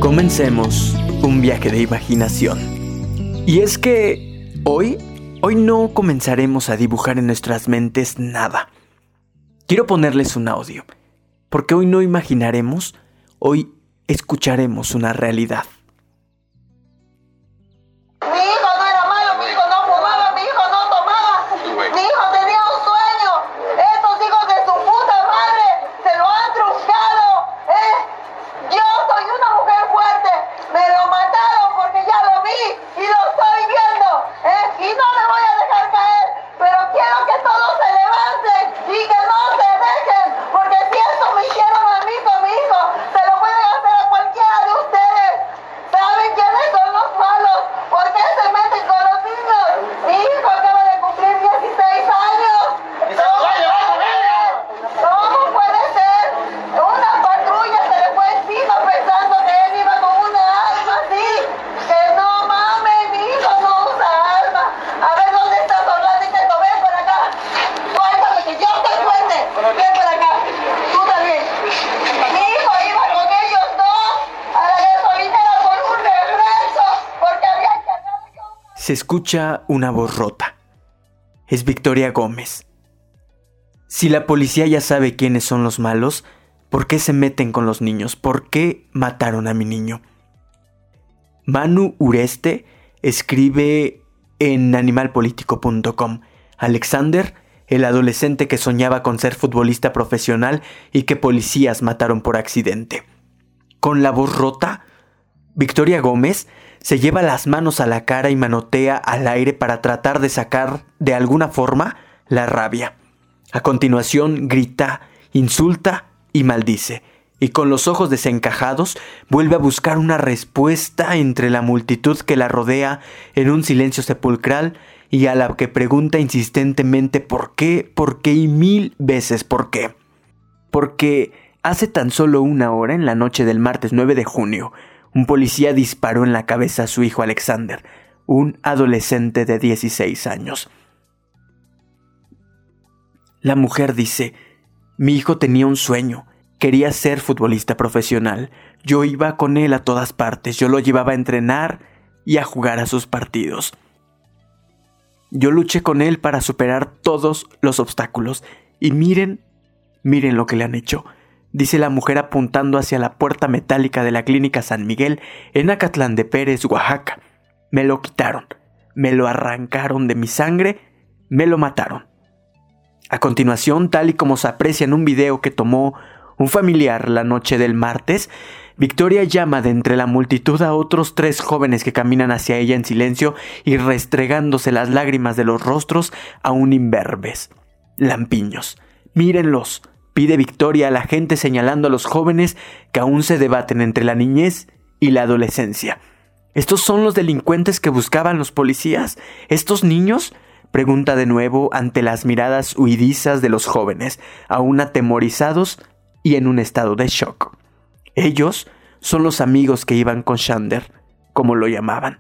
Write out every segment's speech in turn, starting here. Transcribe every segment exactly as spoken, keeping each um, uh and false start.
Comencemos un viaje de imaginación. Y es que hoy, hoy no comenzaremos a dibujar en nuestras mentes nada. Quiero ponerles un audio, porque hoy no imaginaremos, hoy escucharemos una realidad. Se escucha una voz rota. Es Victoria Gómez. Si la policía ya sabe quiénes son los malos, ¿por qué se meten con los niños? ¿Por qué mataron a mi niño? Manu Ureste escribe en animal político punto com. Alexander, el adolescente que soñaba con ser futbolista profesional y que policías mataron por accidente. Con la voz rota, Victoria Gómez se lleva las manos a la cara y manotea al aire para tratar de sacar de alguna forma la rabia. A continuación grita, insulta y maldice, y con los ojos desencajados vuelve a buscar una respuesta entre la multitud que la rodea en un silencio sepulcral y a la que pregunta insistentemente por qué, por qué y mil veces por qué. Porque hace tan solo una hora, en la noche del martes nueve de junio, un policía disparó en la cabeza a su hijo Alexander, un adolescente de dieciséis años. La mujer dice, mi hijo tenía un sueño, quería ser futbolista profesional. Yo iba con él a todas partes, yo lo llevaba a entrenar y a jugar a sus partidos. Yo luché con él para superar todos los obstáculos y miren, miren lo que le han hecho. Dice la mujer apuntando hacia la puerta metálica de la clínica San Miguel en Acatlán de Pérez, Oaxaca. Me lo quitaron, me lo arrancaron de mi sangre, me lo mataron. A continuación, tal y como se aprecia en un video que tomó un familiar la noche del martes, Victoria llama de entre la multitud a otros tres jóvenes que caminan hacia ella en silencio y restregándose las lágrimas de los rostros aún imberbes. Lampiños, mírenlos. Pide Victoria a la gente señalando a los jóvenes que aún se debaten entre la niñez y la adolescencia. ¿Estos son los delincuentes que buscaban los policías? ¿Estos niños? Pregunta de nuevo ante las miradas huidizas de los jóvenes, aún atemorizados y en un estado de shock. Ellos son los amigos que iban con Xander, como lo llamaban.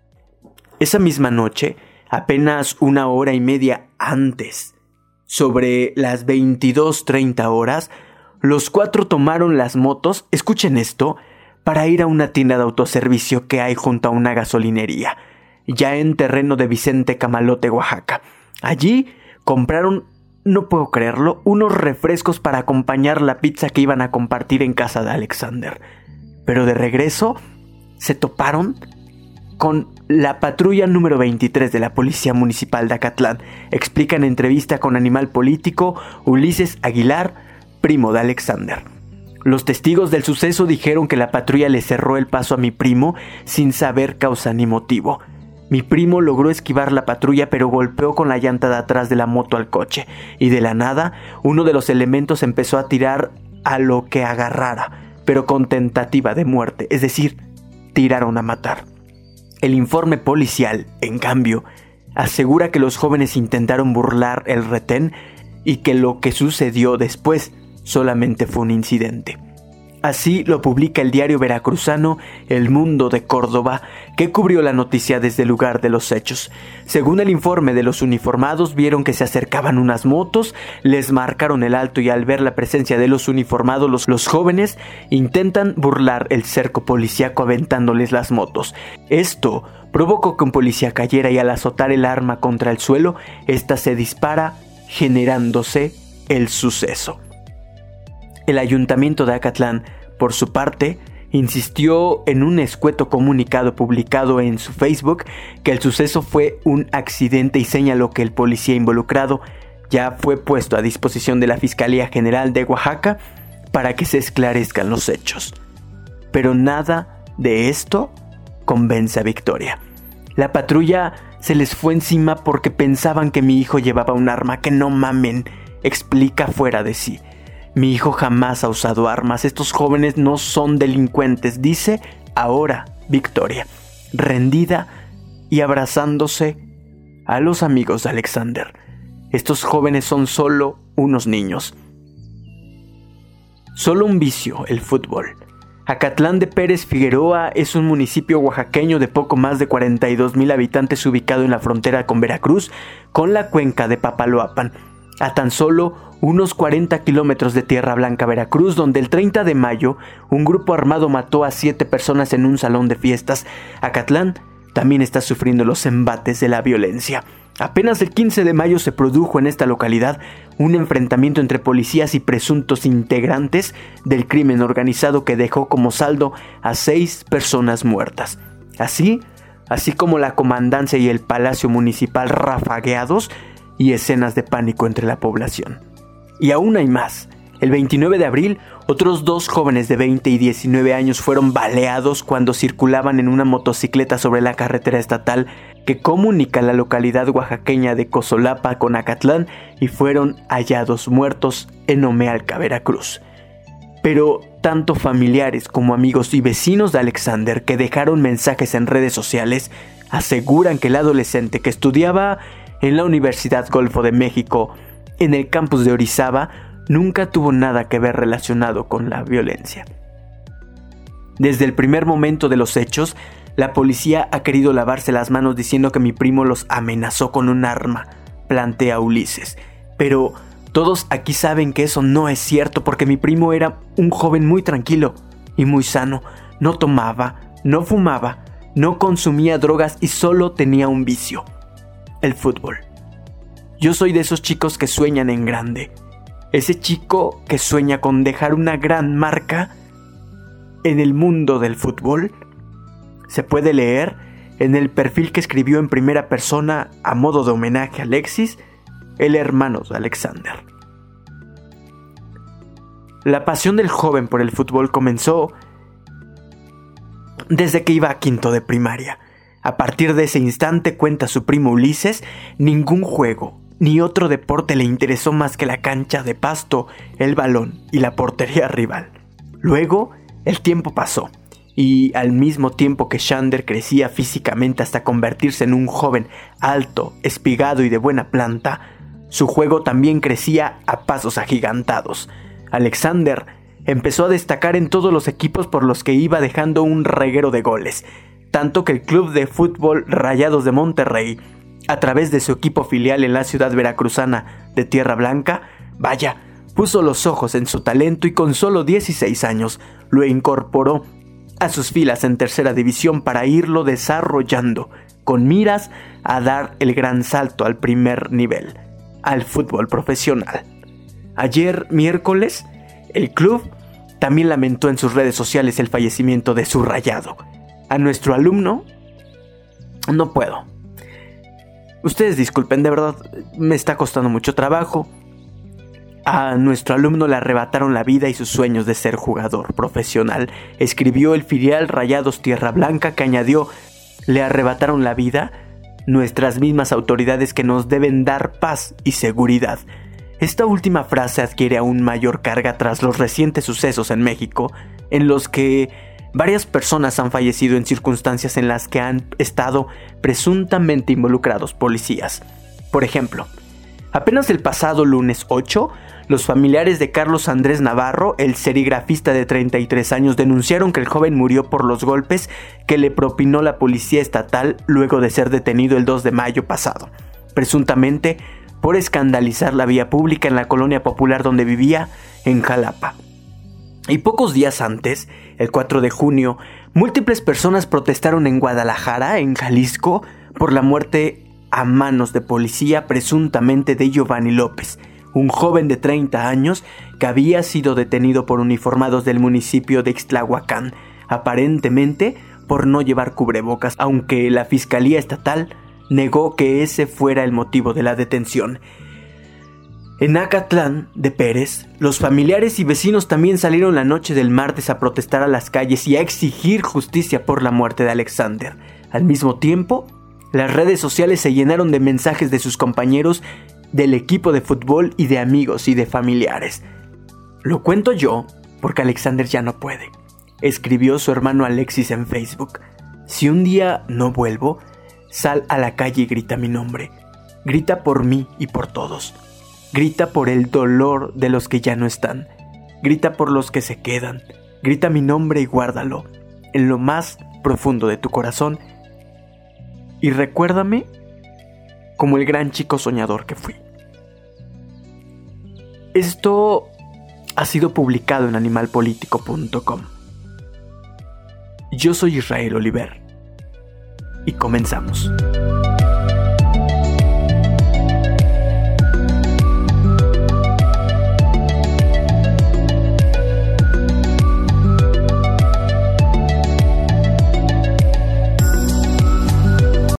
Esa misma noche, apenas una hora y media antes, sobre las veintidós treinta horas, los cuatro tomaron las motos, escuchen esto, para ir a una tienda de autoservicio que hay junto a una gasolinería, ya en terreno de Vicente Camalote, Oaxaca. Allí compraron, no puedo creerlo, unos refrescos para acompañar la pizza que iban a compartir en casa de Alexander. Pero de regreso se toparon con la patrulla número veintitrés de la Policía Municipal de Acatlán, explica en entrevista con Animal Político Ulises Aguilar, primo de Alexander. Los testigos del suceso dijeron que la patrulla le cerró el paso a mi primo sin saber causa ni motivo. Mi primo logró esquivar la patrulla, pero golpeó con la llanta de atrás de la moto al coche, y de la nada, uno de los elementos empezó a tirar a lo que agarrara, pero con tentativa de muerte, es decir, tiraron a matar. El informe policial, en cambio, asegura que los jóvenes intentaron burlar el retén y que lo que sucedió después solamente fue un incidente. Así lo publica el diario veracruzano El Mundo de Córdoba, que cubrió la noticia desde el lugar de los hechos. Según el informe de los uniformados, vieron que se acercaban unas motos, les marcaron el alto y al ver la presencia de los uniformados, los, los jóvenes intentan burlar el cerco policíaco aventándoles las motos. Esto provocó que un policía cayera y al azotar el arma contra el suelo, ésta se dispara, generándose el suceso. El ayuntamiento de Acatlán, por su parte, insistió en un escueto comunicado publicado en su Facebook que el suceso fue un accidente y señaló que el policía involucrado ya fue puesto a disposición de la Fiscalía General de Oaxaca para que se esclarezcan los hechos. Pero nada de esto convence a Victoria. La patrulla se les fue encima porque pensaban que mi hijo llevaba un arma. Que no mamen, explica fuera de sí. Mi hijo jamás ha usado armas, estos jóvenes no son delincuentes, dice ahora Victoria, rendida y abrazándose a los amigos de Alexander. Estos jóvenes son solo unos niños. Solo un vicio, el fútbol. Acatlán de Pérez Figueroa es un municipio oaxaqueño de poco más de cuarenta y dos mil habitantes ubicado en la frontera con Veracruz, con la cuenca de Papaloapan, a tan solo unos cuarenta kilómetros de Tierra Blanca, Veracruz, donde el treinta de mayo un grupo armado mató a siete personas en un salón de fiestas. Acatlán también está sufriendo los embates de la violencia. Apenas el quince de mayo se produjo en esta localidad un enfrentamiento entre policías y presuntos integrantes del crimen organizado que dejó como saldo a seis personas muertas. Así, así como la comandancia y el palacio municipal rafagueados y escenas de pánico entre la población. Y aún hay más. El veintinueve de abril, otros dos jóvenes de veinte y diecinueve años fueron baleados cuando circulaban en una motocicleta sobre la carretera estatal que comunica la localidad oaxaqueña de Cozolapa con Acatlán y fueron hallados muertos en Omealca, Veracruz. Pero tanto familiares como amigos y vecinos de Alexander que dejaron mensajes en redes sociales aseguran que el adolescente que estudiaba en la Universidad Golfo de México en el campus de Orizaba nunca tuvo nada que ver relacionado con la violencia. Desde el primer momento de los hechos, la policía ha querido lavarse las manos diciendo que mi primo los amenazó con un arma, plantea Ulises. Pero todos aquí saben que eso no es cierto porque mi primo era un joven muy tranquilo y muy sano. No tomaba, no fumaba, no consumía drogas y solo tenía un vicio: el fútbol. Yo soy de esos chicos que sueñan en grande. Ese chico que sueña con dejar una gran marca en el mundo del fútbol. Se puede leer en el perfil que escribió en primera persona a modo de homenaje a Alexis, el hermano de Alexander. La pasión del joven por el fútbol comenzó desde que iba a quinto de primaria. A partir de ese instante, cuenta su primo Ulises, ningún juego ni otro deporte le interesó más que la cancha de pasto, el balón y la portería rival. Luego, el tiempo pasó, y al mismo tiempo que Xander crecía físicamente hasta convertirse en un joven alto, espigado y de buena planta, su juego también crecía a pasos agigantados. Alexander empezó a destacar en todos los equipos por los que iba dejando un reguero de goles, tanto que el Club de Fútbol Rayados de Monterrey, a través de su equipo filial en la ciudad veracruzana de Tierra Blanca, vaya, puso los ojos en su talento y con solo dieciséis años lo incorporó a sus filas en tercera división para irlo desarrollando, con miras a dar el gran salto al primer nivel, al fútbol profesional. Ayer, miércoles, el club también lamentó en sus redes sociales el fallecimiento de su rayado. A nuestro alumno, no puedo. Ustedes disculpen, de verdad, me está costando mucho trabajo. A nuestro alumno le arrebataron la vida y sus sueños de ser jugador profesional, escribió el filial Rayados Tierra Blanca, que añadió: le arrebataron la vida nuestras mismas autoridades que nos deben dar paz y seguridad. Esta última frase adquiere aún mayor carga tras los recientes sucesos en México, en los que varias personas han fallecido en circunstancias en las que han estado presuntamente involucrados policías. Por ejemplo, apenas el pasado lunes ocho, Los familiares de Carlos Andrés Navarro, el serigrafista de treinta y tres años, denunciaron que el joven murió por los golpes que le propinó la policía estatal luego de ser detenido el dos de mayo pasado, presuntamente por escandalizar la vía pública en la colonia popular donde vivía, en Jalapa. Y pocos días antes, el cuatro de junio, múltiples personas protestaron en Guadalajara, en Jalisco, por la muerte a manos de policía presuntamente de Giovanni López, un joven de treinta años que había sido detenido por uniformados del municipio de Ixtlahuacán, aparentemente por no llevar cubrebocas, aunque la Fiscalía Estatal negó que ese fuera el motivo de la detención. En Acatlán de Pérez, los familiares y vecinos también salieron la noche del martes a protestar a las calles y a exigir justicia por la muerte de Alexander. Al mismo tiempo, las redes sociales se llenaron de mensajes de sus compañeros del equipo de fútbol y de amigos y de familiares. Lo cuento yo porque Alexander ya no puede, escribió su hermano Alexis en Facebook. Si un día no vuelvo, sal a la calle y grita mi nombre. Grita por mí y por todos. Grita por el dolor de los que ya no están. Grita por los que se quedan. Grita mi nombre y guárdalo en lo más profundo de tu corazón. Y recuérdame como el gran chico soñador que fui. Esto ha sido publicado en animal político punto com. Yo soy Israel Oliver. Y comenzamos.